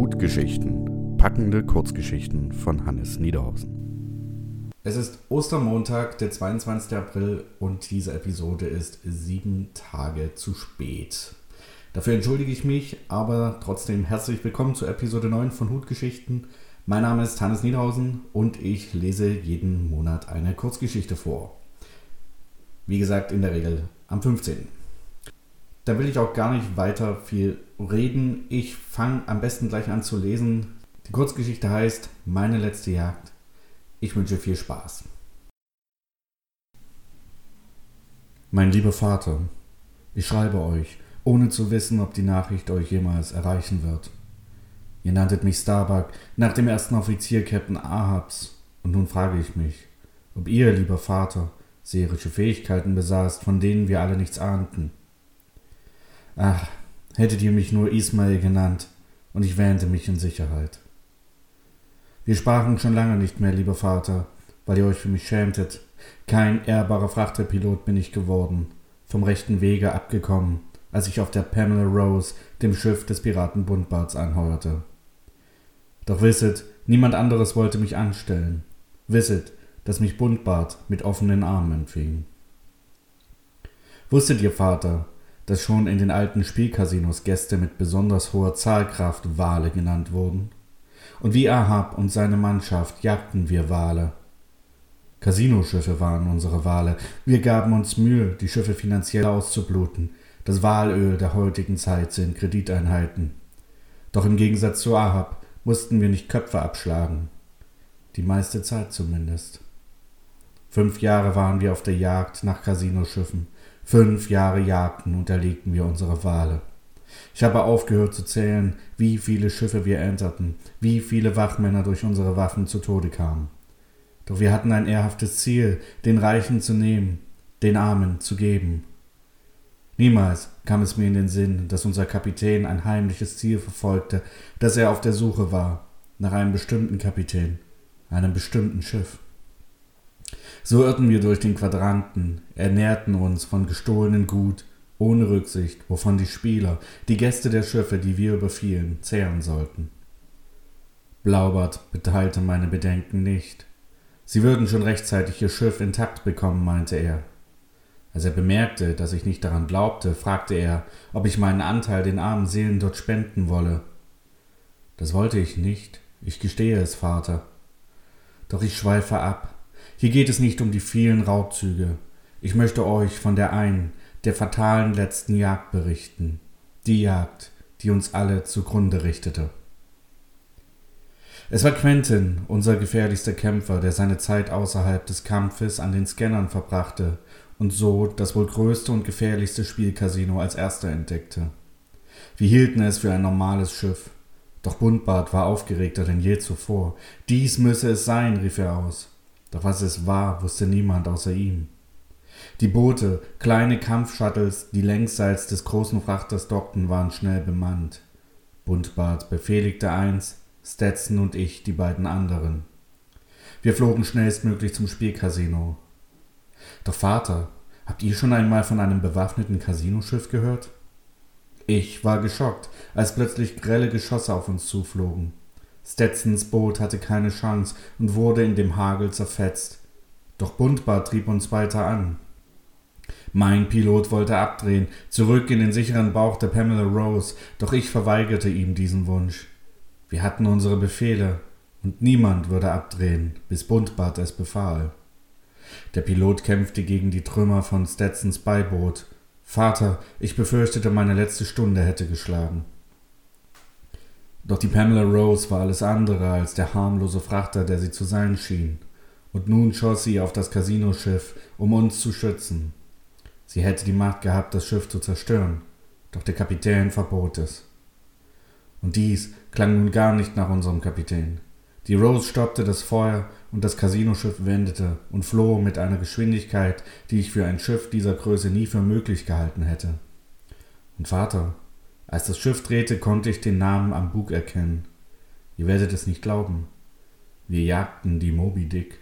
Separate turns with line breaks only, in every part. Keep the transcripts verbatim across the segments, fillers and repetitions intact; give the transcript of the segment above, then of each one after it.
Hutgeschichten. Packende Kurzgeschichten von Hannes Niederhausen.
Es ist Ostermontag, der zweiundzwanzigster April, und diese Episode ist sieben Tage zu spät. Dafür entschuldige ich mich, aber trotzdem herzlich willkommen zur Episode neun von Hutgeschichten. Mein Name ist Hannes Niederhausen und ich lese jeden Monat eine Kurzgeschichte vor. Wie gesagt, in der Regel am fünfzehnten Da will ich auch gar nicht weiter viel reden. Ich fange am besten gleich an zu lesen. Die Kurzgeschichte heißt Meine letzte Jagd. Ich wünsche viel Spaß. Mein lieber Vater, ich schreibe euch, ohne zu wissen, ob die Nachricht euch jemals erreichen wird. Ihr nanntet mich Starbuck nach dem ersten Offizier Captain Ahabs, und nun frage ich mich, ob ihr, lieber Vater, seherische Fähigkeiten besaßt, von denen wir alle nichts ahnten. Ach, hättet ihr mich nur Ismail genannt, und ich wähnte mich in Sicherheit. Wir sprachen schon lange nicht mehr, lieber Vater, weil ihr euch für mich schämtet. Kein ehrbarer Frachterpilot bin ich geworden, vom rechten Wege abgekommen, als ich auf der Pamela Rose, dem Schiff des Piraten Buntbarts, anheuerte. Doch wisset, niemand anderes wollte mich anstellen. Wisset, dass mich Buntbart mit offenen Armen empfing. Wusstet ihr, Vater, dass schon in den alten Spielcasinos Gäste mit besonders hoher Zahlkraft Wale genannt wurden? Und wie Ahab und seine Mannschaft jagten wir Wale. Casinoschiffe waren unsere Wale. Wir gaben uns Mühe, die Schiffe finanziell auszubluten. Das Walöl der heutigen Zeit sind Krediteinheiten. Doch im Gegensatz zu Ahab mussten wir nicht Köpfe abschlagen. Die meiste Zeit zumindest. Fünf Jahre waren wir auf der Jagd nach Casinoschiffen. Fünf Jahre jagten und erlegten wir unsere Wale. Ich habe aufgehört zu zählen, wie viele Schiffe wir enterten, wie viele Wachmänner durch unsere Waffen zu Tode kamen. Doch wir hatten ein ehrhaftes Ziel, den Reichen zu nehmen, den Armen zu geben. Niemals kam es mir in den Sinn, dass unser Kapitän ein heimliches Ziel verfolgte, dass er auf der Suche war, nach einem bestimmten Kapitän, einem bestimmten Schiff. So irrten wir durch den Quadranten, ernährten uns von gestohlenen Gut, ohne Rücksicht, wovon die Spieler, die Gäste der Schiffe, die wir überfielen, zehren sollten. Blaubart beteilte meine Bedenken nicht. Sie würden schon rechtzeitig ihr Schiff intakt bekommen, meinte er. Als er bemerkte, dass ich nicht daran glaubte, fragte er, ob ich meinen Anteil den armen Seelen dort spenden wolle. Das wollte ich nicht, ich gestehe es, Vater. Doch ich schweife ab. Hier geht es nicht um die vielen Raubzüge. Ich möchte euch von der einen, der fatalen letzten Jagd berichten. Die Jagd, die uns alle zugrunde richtete. Es war Quentin, unser gefährlichster Kämpfer, der seine Zeit außerhalb des Kampfes an den Scannern verbrachte und so das wohl größte und gefährlichste Spielcasino als erster entdeckte. Wir hielten es für ein normales Schiff. Doch Buntbart war aufgeregter denn je zuvor. Dies müsse es sein, rief er aus. Doch was es war, wusste niemand außer ihm. Die Boote, kleine Kampfshuttles, die längsseits des großen Frachters dockten, waren schnell bemannt. Buntbart befehligte eins, Stetson und ich die beiden anderen. Wir flogen schnellstmöglich zum Spielcasino. Doch Vater, habt ihr schon einmal von einem bewaffneten Casinoschiff gehört? Ich war geschockt, als plötzlich grelle Geschosse auf uns zuflogen. Stetsons Boot hatte keine Chance und wurde in dem Hagel zerfetzt. Doch Buntbart trieb uns weiter an. Mein Pilot wollte abdrehen, zurück in den sicheren Bauch der Pamela Rose, doch ich verweigerte ihm diesen Wunsch. Wir hatten unsere Befehle, und niemand würde abdrehen, bis Buntbart es befahl. Der Pilot kämpfte gegen die Trümmer von Stetsons Beiboot. Vater, ich befürchtete, meine letzte Stunde hätte geschlagen. Doch die Pamela Rose war alles andere als der harmlose Frachter, der sie zu sein schien. Und nun schoss sie auf das Casinoschiff, um uns zu schützen. Sie hätte die Macht gehabt, das Schiff zu zerstören, doch der Kapitän verbot es. Und dies klang nun gar nicht nach unserem Kapitän. Die Rose stoppte das Feuer und das Casinoschiff wendete und floh mit einer Geschwindigkeit, die ich für ein Schiff dieser Größe nie für möglich gehalten hätte. Und Vater, als das Schiff drehte, konnte ich den Namen am Bug erkennen. Ihr werdet es nicht glauben. Wir jagten die Moby Dick.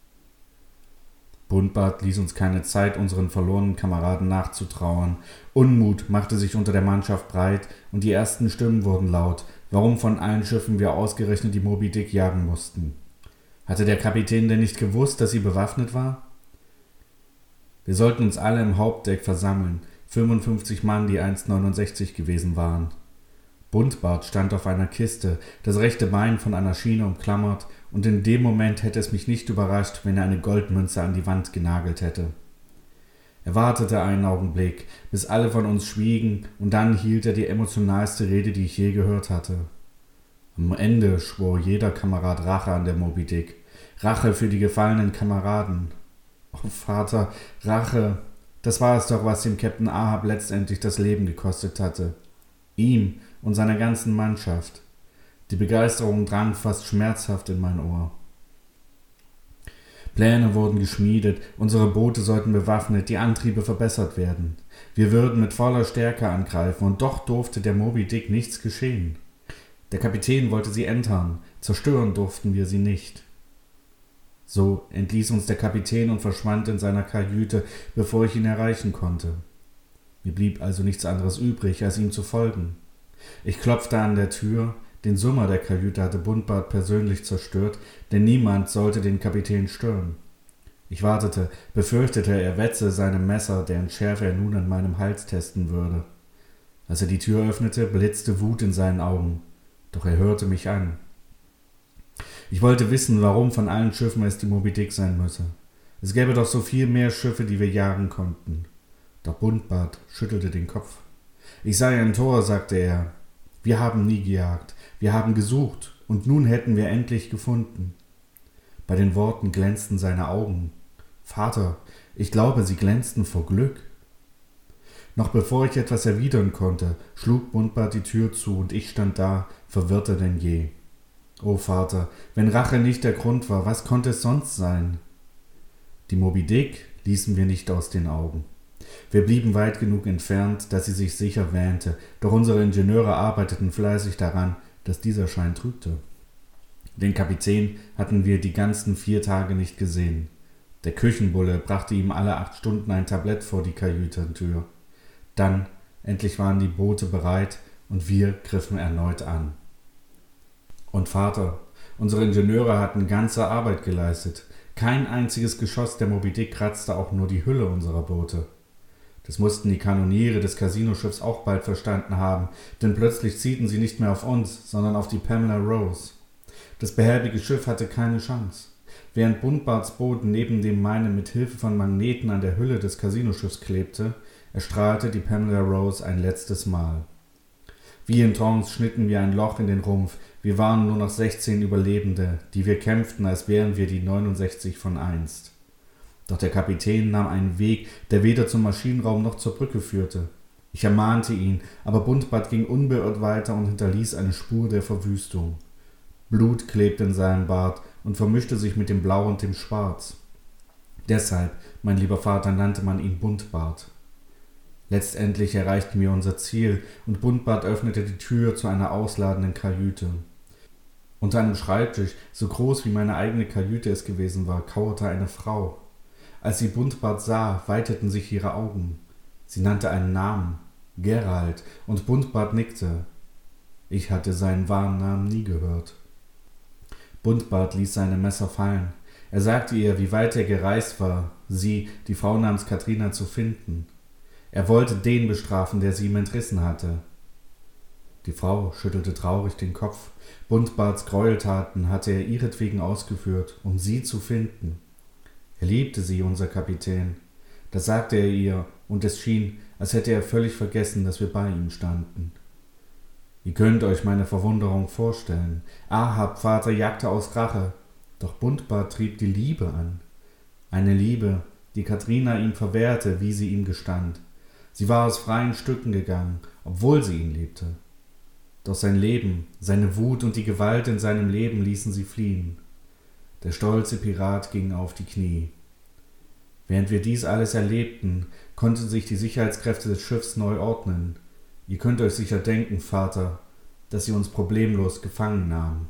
Buntbart ließ uns keine Zeit, unseren verlorenen Kameraden nachzutrauern. Unmut machte sich unter der Mannschaft breit, und die ersten Stimmen wurden laut. warum von allen Schiffen wir ausgerechnet die Moby Dick jagen mussten. Hatte der Kapitän denn nicht gewusst, dass sie bewaffnet war? Wir sollten uns alle im Hauptdeck versammeln, fünfundfünfzig Mann, die einst neunundsechzig gewesen waren. Buntbart stand auf einer Kiste, das rechte Bein von einer Schiene umklammert, und in dem Moment hätte es mich nicht überrascht, wenn er eine Goldmünze an die Wand genagelt hätte. Er wartete einen Augenblick, bis alle von uns schwiegen, und dann hielt er die emotionalste Rede, die ich je gehört hatte. Am Ende schwor jeder Kamerad Rache an der Moby Dick. Rache für die gefallenen Kameraden. Oh Vater, Rache, das war es doch, was dem Captain Ahab letztendlich das Leben gekostet hatte. Ihm und seiner ganzen Mannschaft. Die Begeisterung drang fast schmerzhaft in mein Ohr. Pläne wurden geschmiedet, unsere Boote sollten bewaffnet, die Antriebe verbessert werden. Wir würden mit voller Stärke angreifen, und doch durfte der Moby Dick nichts geschehen. Der Kapitän wollte sie entern, zerstören durften wir sie nicht. So entließ uns der Kapitän und verschwand in seiner Kajüte, bevor ich ihn erreichen konnte. Mir blieb also nichts anderes übrig, als ihm zu folgen. Ich klopfte an der Tür. Den Summer der Kajüte hatte Buntbart persönlich zerstört, denn niemand sollte den Kapitän stören. Ich wartete, befürchtete, er wetze seinem Messer, deren Schärfe er nun an meinem Hals testen würde. Als er die Tür öffnete, blitzte Wut in seinen Augen, doch er hörte mich an. Ich wollte wissen, warum von allen Schiffen es die Moby Dick sein müsse. Es gäbe doch so viel mehr Schiffe, die wir jagen konnten. Doch Buntbart schüttelte den Kopf. Ich sei ein Tor, sagte er. Wir haben nie gejagt. Wir haben gesucht, und nun hätten wir endlich gefunden. Bei den Worten glänzten seine Augen. Vater, ich glaube, sie glänzten vor Glück. Noch bevor ich etwas erwidern konnte, schlug Buntbart die Tür zu, und ich stand da, verwirrter denn je. O Vater, wenn Rache nicht der Grund war, was konnte es sonst sein? Die Moby Dick ließen wir nicht aus den Augen. Wir blieben weit genug entfernt, dass sie sich sicher wähnte, doch unsere Ingenieure arbeiteten fleißig daran, dass dieser Schein trügte. Den Kapitän hatten wir die ganzen vier Tage nicht gesehen. Der Küchenbulle brachte ihm alle acht Stunden ein Tablett vor die Kajütentür. Dann endlich waren die Boote bereit, und wir griffen erneut an. Und Vater, unsere Ingenieure hatten ganze Arbeit geleistet. Kein einziges Geschoss der Moby Dick kratzte auch nur die Hülle unserer Boote. Das mussten die Kanoniere des Casinoschiffs auch bald verstanden haben, denn plötzlich zielten sie nicht mehr auf uns, sondern auf die Pamela Rose. Das behäbige Schiff hatte keine Chance. Während Buntbarts Boot neben dem meinen mit Hilfe von Magneten an der Hülle des Casinoschiffs klebte, erstrahlte die Pamela Rose ein letztes Mal. Wie in Trance schnitten wir ein Loch in den Rumpf. Wir waren nur noch sechzehn Überlebende, die wir kämpften, als wären wir die neunundsechzig von einst. Doch der Kapitän nahm einen Weg, der weder zum Maschinenraum noch zur Brücke führte. Ich ermahnte ihn, aber Buntbart ging unbeirrt weiter und hinterließ eine Spur der Verwüstung. Blut klebte in seinem Bart und vermischte sich mit dem Blau und dem Schwarz. Deshalb, mein lieber Vater, nannte man ihn Buntbart. Letztendlich erreichten wir unser Ziel, und Buntbart öffnete die Tür zu einer ausladenden Kajüte. Unter einem Schreibtisch, so groß wie meine eigene Kajüte es gewesen war, kauerte eine Frau. Als sie Buntbart sah, weiteten sich ihre Augen. Sie nannte einen Namen, Gerald, und Buntbart nickte. Ich hatte seinen wahren Namen nie gehört. Buntbart ließ seine Messer fallen. Er sagte ihr, wie weit er gereist war, sie, die Frau namens Katrina, zu finden. Er wollte den bestrafen, der sie ihm entrissen hatte. Die Frau schüttelte traurig den Kopf. Buntbarts Gräueltaten hatte er ihretwegen ausgeführt, um sie zu finden. Er liebte sie, unser Kapitän. Das sagte er ihr, und es schien, als hätte er völlig vergessen, dass wir bei ihm standen. Ihr könnt euch meine Verwunderung vorstellen. Ahab, Vater, jagte aus Rache, doch Buntbart trieb die Liebe an. Eine Liebe, die Katrina ihm verwehrte, wie sie ihm gestand. Sie war aus freien Stücken gegangen, obwohl sie ihn liebte. Doch sein Leben, seine Wut und die Gewalt in seinem Leben ließen sie fliehen. Der stolze Pirat ging auf die Knie. Während wir dies alles erlebten, konnten sich die Sicherheitskräfte des Schiffs neu ordnen. Ihr könnt euch sicher denken, Vater, dass sie uns problemlos gefangen nahmen.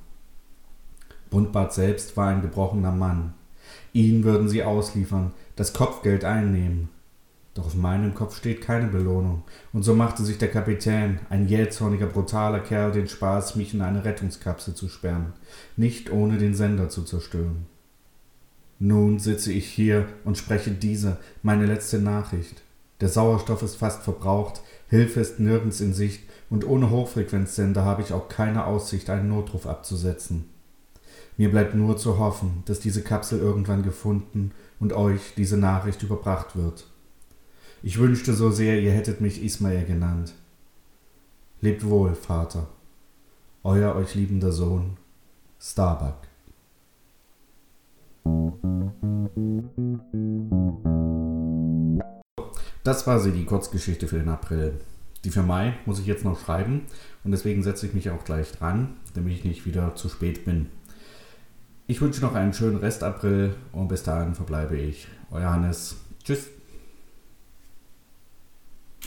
Buntbart selbst war ein gebrochener Mann. Ihn würden sie ausliefern, das Kopfgeld einnehmen. Doch auf meinem Kopf steht keine Belohnung. Und so machte sich der Kapitän, ein jähzorniger, brutaler Kerl, den Spaß, mich in eine Rettungskapsel zu sperren, nicht ohne den Sender zu zerstören. Nun sitze ich hier und spreche diese, meine letzte Nachricht. Der Sauerstoff ist fast verbraucht, Hilfe ist nirgends in Sicht und ohne Hochfrequenzsender habe ich auch keine Aussicht, einen Notruf abzusetzen. Mir bleibt nur zu hoffen, dass diese Kapsel irgendwann gefunden und euch diese Nachricht überbracht wird. Ich wünschte so sehr, ihr hättet mich Ismael genannt. Lebt wohl, Vater. Euer euch liebender Sohn, Starbuck. Das war sie, die Kurzgeschichte für den April. Die für Mai muss ich jetzt noch schreiben und deswegen setze ich mich auch gleich dran, damit ich nicht wieder zu spät bin. Ich wünsche noch einen schönen Rest April und bis dahin verbleibe ich. Euer Hannes. Tschüss.